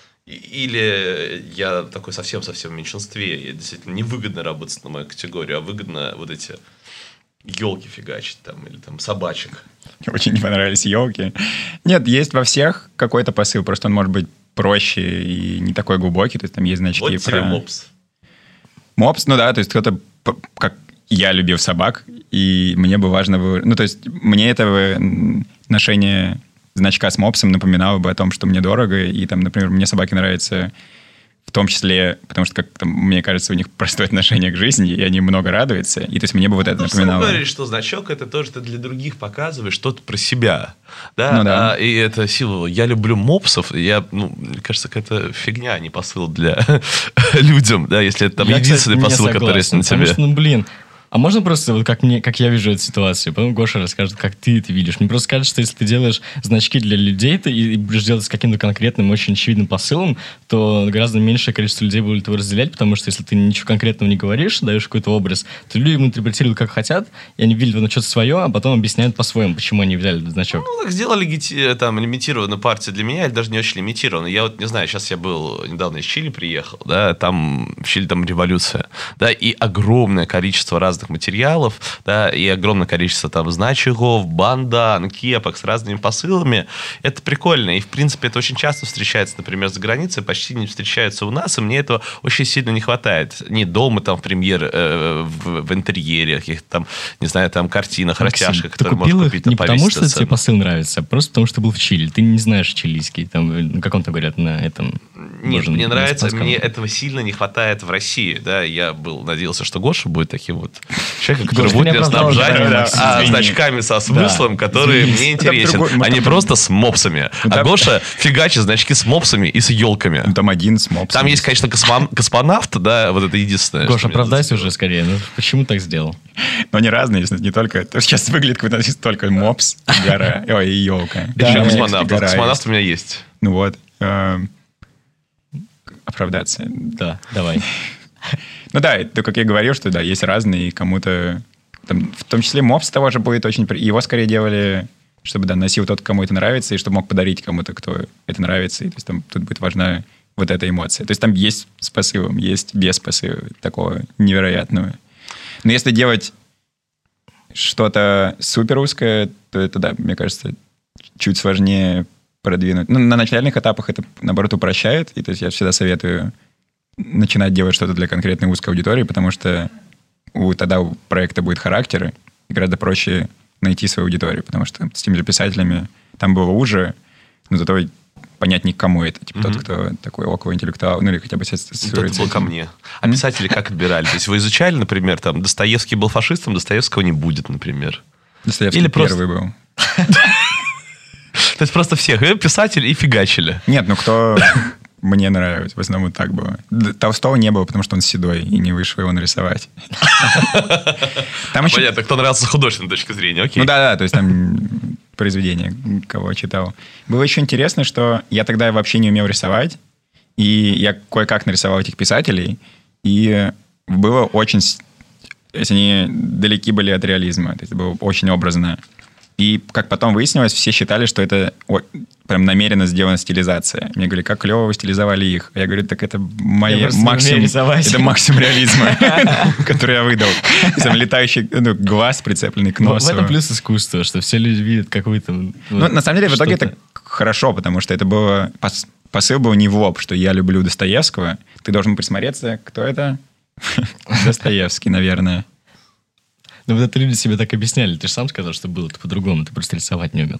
Или я такой совсем-совсем в меньшинстве, и действительно невыгодно работать на мою категорию, а выгодно вот эти елки фигачить там, или там собачек. Очень не понравились елки. Нет, есть во всех какой-то посыл, просто он может быть проще и не такой глубокий, то есть там есть значки вот тебе про... мопс. Мопс, ну да, то есть кто-то, как я любил собак, и мне бы важно было... Ну, то есть мне это ношение значка с мопсом напоминало бы о том, что мне дорого, и там, например, мне собаки нравятся в том числе, потому что, как там, мне кажется, у них простое отношение к жизни, и они много радуются, и то есть мне бы вот это напоминало. Ты говоришь, что значок это тоже ты для других показываешь что-то про себя, да? Ну, да. И это сила. Я люблю мопсов, мне кажется, какая-то фигня, а не посыл для людям, да, если это там единственный посыл, который есть на тебе. Потому что, а можно просто, вот как я вижу эту ситуацию, потом Гоша расскажет, как ты это видишь. Мне просто кажется, что если ты делаешь значки для людей и будешь делать с каким-то конкретным, очень очевидным посылом, то гораздо меньшее количество людей будет его разделять, потому что если ты ничего конкретного не говоришь, даешь какой-то образ, то люди его интерпретируют как хотят, и они видят в этом что-то свое, а потом объясняют по-своему, почему они взяли этот значок. Ну, так сделали там лимитированную партию для меня, или даже не очень лимитированную. Я вот не знаю, сейчас я был, недавно из Чили приехал, да, там в Чили там революция, да, и огромное количество разных материалов, да, и огромное количество там значков, бандан, кепок с разными посылами. Это прикольно. И, в принципе, это очень часто встречается, например, за границей, почти не встречается у нас, и мне этого очень сильно не хватает. Не дома, там, в в интерьере, каких-то там, не знаю, там, картинах, растяжках, которые можно купить не на потому, что повесить. тебе посыл нравится, а просто потому, что ты был в Чили. Ты не знаешь чилийский, там, как он-то говорят на этом... Нет, мне нравится, мне этого сильно не хватает в России, да, я надеялся, что Гоша будет таким вот человеком, который будет меня снабжать значками со смыслом, который мне интересен, а не просто с мопсами. А Гоша фигачит значки с мопсами и с елками. Там один с мопсом. Там есть, конечно, космонавт, да, вот это единственное. Гоша, оправдайся уже скорее, ну почему так сделал? Но они разные, не только... Сейчас выглядит, как будто только мопс и елка. Еще космонавт. Космонавт у меня есть. Ну вот. Оправдаться. Да, давай. Ну да, то, как я говорил, что да, есть разные, и кому-то... Там, в том числе мопс того же будет очень... Его скорее делали, чтобы, да, носил тот, кому это нравится, и чтобы мог подарить кому-то, кто это нравится. И, то есть там тут будет важна вот эта эмоция. То есть там есть с посылом, есть без посыла такого невероятного. Но если делать что-то супер узкое, то это, да, мне кажется, чуть сложнее продвинуть. Ну, на начальных этапах это, наоборот, упрощает. И то есть я всегда советую начинать делать что-то для конкретной узкой аудитории, потому что тогда у проекта будет характер, и гораздо проще найти свою аудиторию, потому что с теми же писателями там было уже, но зато понятнее, к кому это. Типа тот, кто такой около интеллектуал, ну или хотя бы это был ко мне. А писатели как отбирали? То есть вы изучали, например, там, Достоевский был фашистом, Достоевского не будет, например. Достоевский или первый был. То есть просто всех, писатели и фигачили. Нет, ну кто... Мне нравится. В основном так было. Толстого не было, потому что он седой, и не вышло его нарисовать. Понятно, кто нравился с художественной точки зрения, окей. Ну да, то есть там произведение, кого читал. Было еще интересно, что я тогда вообще не умел рисовать, и я кое-как нарисовал этих писателей, и было очень... То есть они далеки были от реализма, то есть это было очень образно. И, как потом выяснилось, все считали, что это прям намеренно сделана стилизация. Мне говорили, как клево вы стилизовали их. Я говорю, так это максимум реализма, который я выдал. Там летающий глаз, прицепленный к носу. В этом плюс искусства, что все люди видят какой-то... Ну, на самом деле, в итоге это хорошо, потому что это было... Посыл был не в лоб, что я люблю Достоевского. Ты должен присмотреться, кто это? Достоевский, наверное. Ну, вот это люди себе так объясняли. Ты же сам сказал, что было-то по-другому. Ты просто рисовать не умел.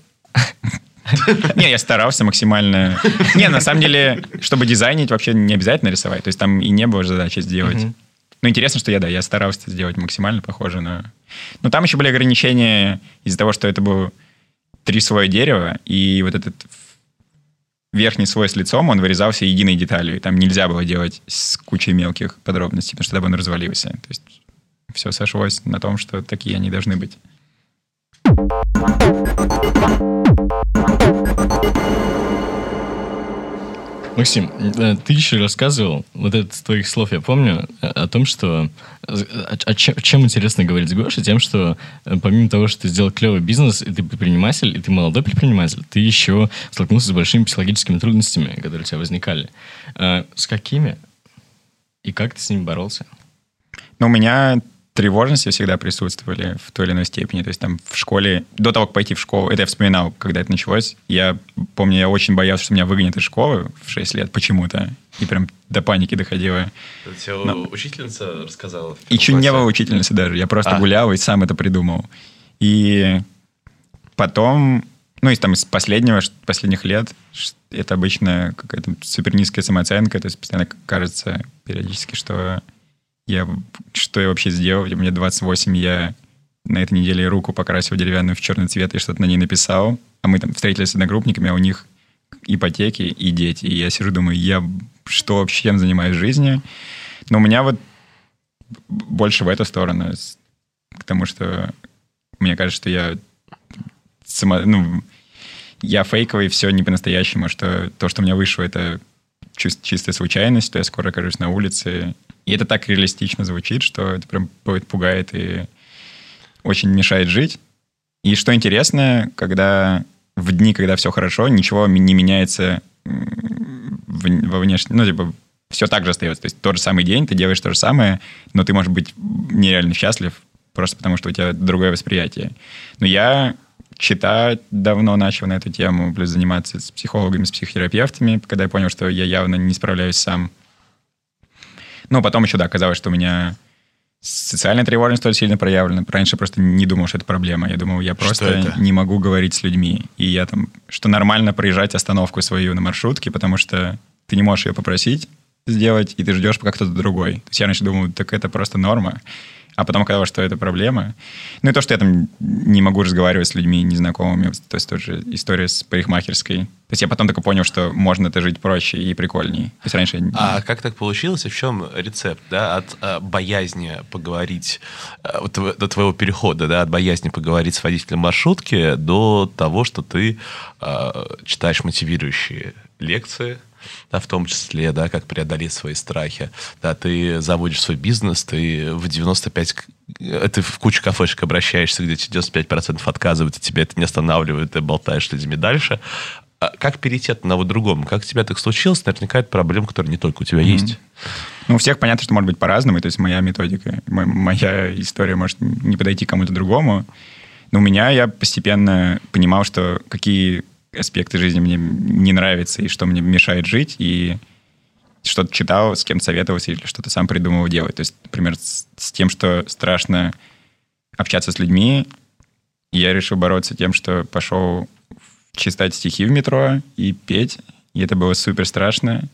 Не, я старался максимально... Не, на самом деле, чтобы дизайнить, вообще не обязательно рисовать. То есть там и не было задачи сделать. Ну, интересно, что я старался сделать максимально похоже на... Но там еще были ограничения из-за того, что это было 3 слоя дерева, и вот этот верхний слой с лицом, он вырезался единой деталью. И там нельзя было делать с кучей мелких подробностей, потому что тогда бы он развалился. То есть все сошлось на том, что такие они должны быть. Максим, ты еще рассказывал, вот это с твоих слов я помню, о том, что... чем интересно говорить с Гошей? Тем, что помимо того, что ты сделал клевый бизнес, и ты предприниматель, и ты молодой предприниматель, ты еще столкнулся с большими психологическими трудностями, которые у тебя возникали. С какими? И как ты с ними боролся? Ну, у меня тревожности всегда присутствовали в той или иной степени. То есть там в школе, до того, как пойти в школу, это я вспоминал, когда это началось, я помню, я очень боялся, что меня выгонят из школы в 6 лет почему-то. И прям до паники доходило. Это тебе учительница рассказала? И чуть не было учительницы даже. Я просто гулял и сам это придумал. И потом, ну, из последних лет, это обычно какая-то супер низкая самооценка. То есть постоянно кажется периодически, что я вообще сделал? Мне 28, я на этой неделе руку покрасил деревянную в черный цвет и что-то на ней написал. А мы там встретились с одногруппниками, а у них ипотеки и дети. И я сижу, думаю, я что вообще чем занимаюсь в жизни? Но у меня вот больше в эту сторону. Потому что мне кажется, что я фейковый, все не по-настоящему, что то, что у меня вышло, это чистая случайность, что я скоро окажусь на улице. И это так реалистично звучит, что это прям пугает и очень мешает жить. И что интересно, когда в дни, когда все хорошо, ничего не меняется во внешнем... Ну, типа, все так же остается. То есть тот же самый день, ты делаешь то же самое, но ты, может быть, нереально счастлив, просто потому что у тебя другое восприятие. Но я читать давно начал на эту тему, плюс заниматься с психологами, с психотерапевтами, когда я понял, что я явно не справляюсь сам. Но потом еще, да, оказалось, что у меня социальная тревожность тоже сильно проявлена. Раньше просто не думал, что это проблема. Я думал, я просто не могу говорить с людьми. И я там, что нормально проезжать остановку свою на маршрутке, потому что ты не можешь ее попросить сделать, и ты ждешь, пока кто-то другой. То есть я раньше думал, так это просто норма. А потом оказалось, что это проблема. Ну и то, что я там не могу разговаривать с людьми незнакомыми. То есть тоже история с парикмахерской. То есть я потом только понял, что можно это жить проще и прикольней. То есть раньше... А как так получилось? И в чем рецепт? Да? От боязни поговорить, до твоего перехода, да? От боязни поговорить с водителем маршрутки до того, что ты читаешь мотивирующие лекции, да, в том числе, да, как преодолеть свои страхи. Да, ты заводишь свой бизнес, ты в 95... Ты в кучу кафешек обращаешься, где тебе 95% отказывают, и тебя это не останавливает, ты болтаешь с людьми дальше. А как перейти от одного к другому? Как у тебя так случилось? Наверняка это проблема, которая не только у тебя есть. Ну, у всех понятно, что может быть по-разному. То есть моя методика, моя история может не подойти кому-то другому. Но у меня я постепенно понимал, что какие аспекты жизни мне не нравятся и что мне мешает жить, и что-то читал, с кем-то советовался или что-то сам придумывал делать. То есть, например, с тем, что страшно общаться с людьми, я решил бороться тем, что пошел читать стихи в метро и петь, и это было супер страшно.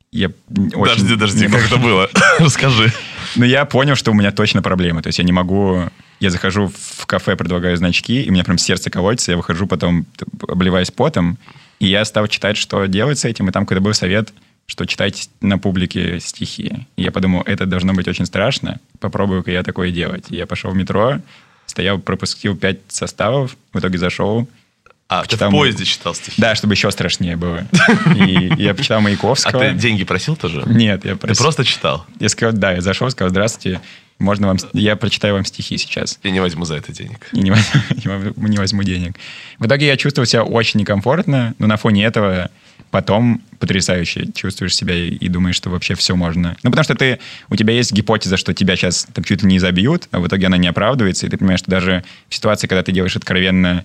Подожди, как это было? Расскажи. Ну, я понял, что у меня точно проблемы. То есть я не могу... Я захожу в кафе, предлагаю значки, и у меня прям сердце колотится, я выхожу потом, обливаясь потом, и я стал читать, что делать с этим, и там какой-то был совет, что читайте на публике стихи. И я подумал, это должно быть очень страшно, попробую-ка я такое делать. И я пошел в метро, стоял, пропустил 5 составов, в итоге зашел. А, ты в поезде читал стихи? Да, чтобы еще страшнее было. И я почитал Маяковского. А ты деньги просил тоже? Нет, я просил. Ты просто читал? Я сказал, да, я зашел, сказал, здравствуйте, можно вам... Я прочитаю вам стихи сейчас. Я не возьму за это денег. И не возьму денег. В итоге я чувствовал себя очень некомфортно, но на фоне этого потом потрясающе чувствуешь себя и думаешь, что вообще все можно. Ну, потому что у тебя есть гипотеза, что тебя сейчас там чуть ли не забьют, а в итоге она не оправдывается, и ты понимаешь, что даже в ситуации, когда ты делаешь откровенно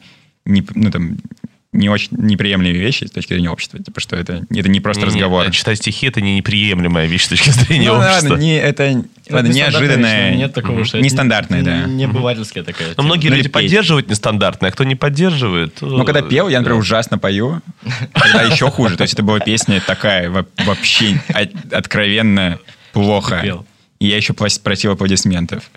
не очень неприемлемые вещи с точки зрения общества. Типа, что это не просто разговор. Читать стихи — это не неприемлемая вещь с точки зрения общества. Ладно, неожиданное, нет такого, что нестандартное, да. Небывательская такая. Но многие люди поддерживают нестандартное, а кто не поддерживает... Ну, когда пел, я, например, ужасно пою. Когда еще хуже. То есть это была песня такая вообще откровенно плохо. И я еще просил аплодисментов.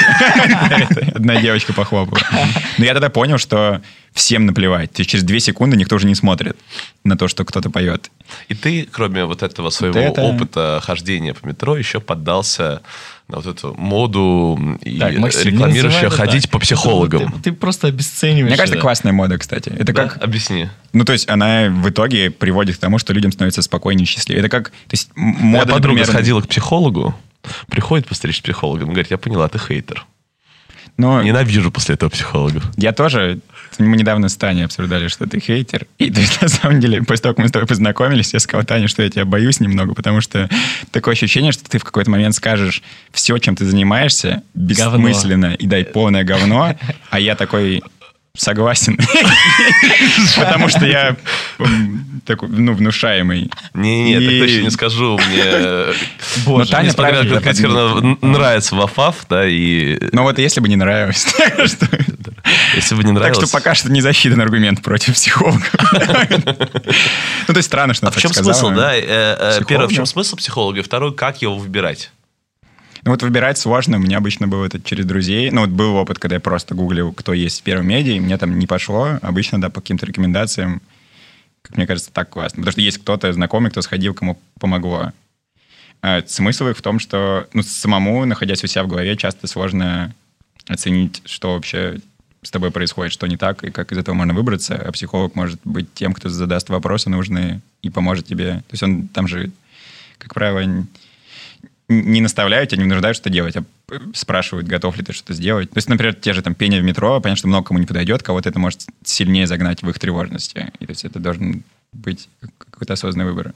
Одна девочка похлопала. Но я тогда понял, что всем наплевать. То есть через 2 секунды никто уже не смотрит на то, что кто-то поет. И ты, кроме вот этого своего опыта хождения по метро, еще поддался на вот эту моду и Так, Максим, рекламирующая ходить по психологам. Ты просто обесцениваешь. Мне кажется, это. классная мода, кстати. Это Да? как... Объясни. Ну, то есть она в итоге приводит к тому, что людям становится спокойнее и счастливее. Это как... То есть Моя мода, подруга например... сходила к психологу, приходит постричь с психологом, говорит, я поняла, ты хейтер. Но Ненавижу после этого психологов. я тоже... Мы недавно с Таней обсуждали, что ты хейтер. И то есть, на самом деле, после того, как мы с тобой познакомились, я сказал Тане, что я тебя боюсь немного, потому что такое ощущение, что ты в какой-то момент скажешь все, чем ты занимаешься, бессмысленно и дай полное говно, а я такой... Согласен. Потому что я такой, внушаемый. Не-не, так точно не скажу. Мне Но Таня правильно конкретно нравится Ваф, да, и... Ну вот если бы не нравилось. Если бы не Так нравилось... что пока что не засчитан аргумент против психологов. Ну то есть странно, что А в чем смысл, да? Первое, в чем смысл психолога? Второе, как его выбирать? Ну вот выбирать сложно. У меня обычно было это через друзей. Ну вот был опыт, когда я просто гуглил, кто есть в Первом медиа, и мне там не пошло. Обычно, да, по каким-то рекомендациям, как мне кажется, так классно. Потому что есть кто-то знакомый, кто сходил, кому помогло. А смысл их в том, что самому, находясь у себя в голове, часто сложно оценить, что вообще с тобой происходит, что не так, и как из этого можно выбраться. А психолог может быть тем, кто задаст вопросы нужные и поможет тебе. То есть он там же, как правило, не наставляют тебя, не вынуждают что-то делать, а спрашивают, готов ли ты что-то сделать. То есть, например, те же там пение в метро, понятно, что много кому не подойдет, кого-то это может сильнее загнать в их тревожности. И то есть это должен быть какой-то осознанный выбор.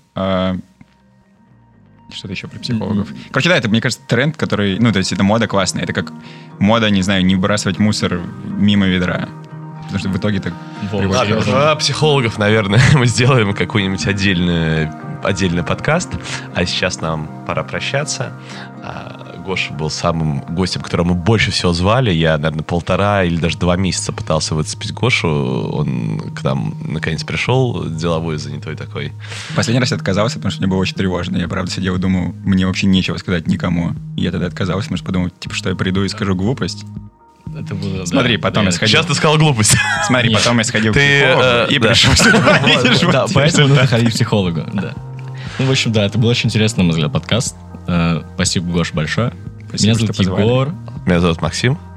Что-то еще про психологов. Короче, да, это, мне кажется, тренд, который... Ну, то есть это мода классная. Это как мода, не знаю, не выбрасывать мусор мимо ведра. Потому что в итоге так... Ладно, про психологов, наверное, мы сделаем какой-нибудь отдельный подкаст. А сейчас нам пора прощаться. Гоша был самым гостем, которого мы больше всего звали. Я, наверное, 1,5 или даже 2 месяца пытался выцепить Гошу. Он к нам наконец пришел, деловой, занятой такой. Последний раз я отказался, потому что мне было очень тревожно. Я, правда, сидел и думал, мне вообще нечего сказать никому. И я тогда отказался, потому что подумал, типа, что я приду и скажу глупость. Это было, Смотри, да, потом я сходил. Сейчас ты сказал глупость. Смотри, потом я сходил к Ты, психологу и да. пришел сюда. Видишь, Да, вот поэтому результат. нужно ходить к психологу, да. Ну, в общем, да, это был очень интересный, на мой взгляд, подкаст. Спасибо, Гош, большое. Спасибо, Меня что зовут позвали. Егор. Меня зовут Максим.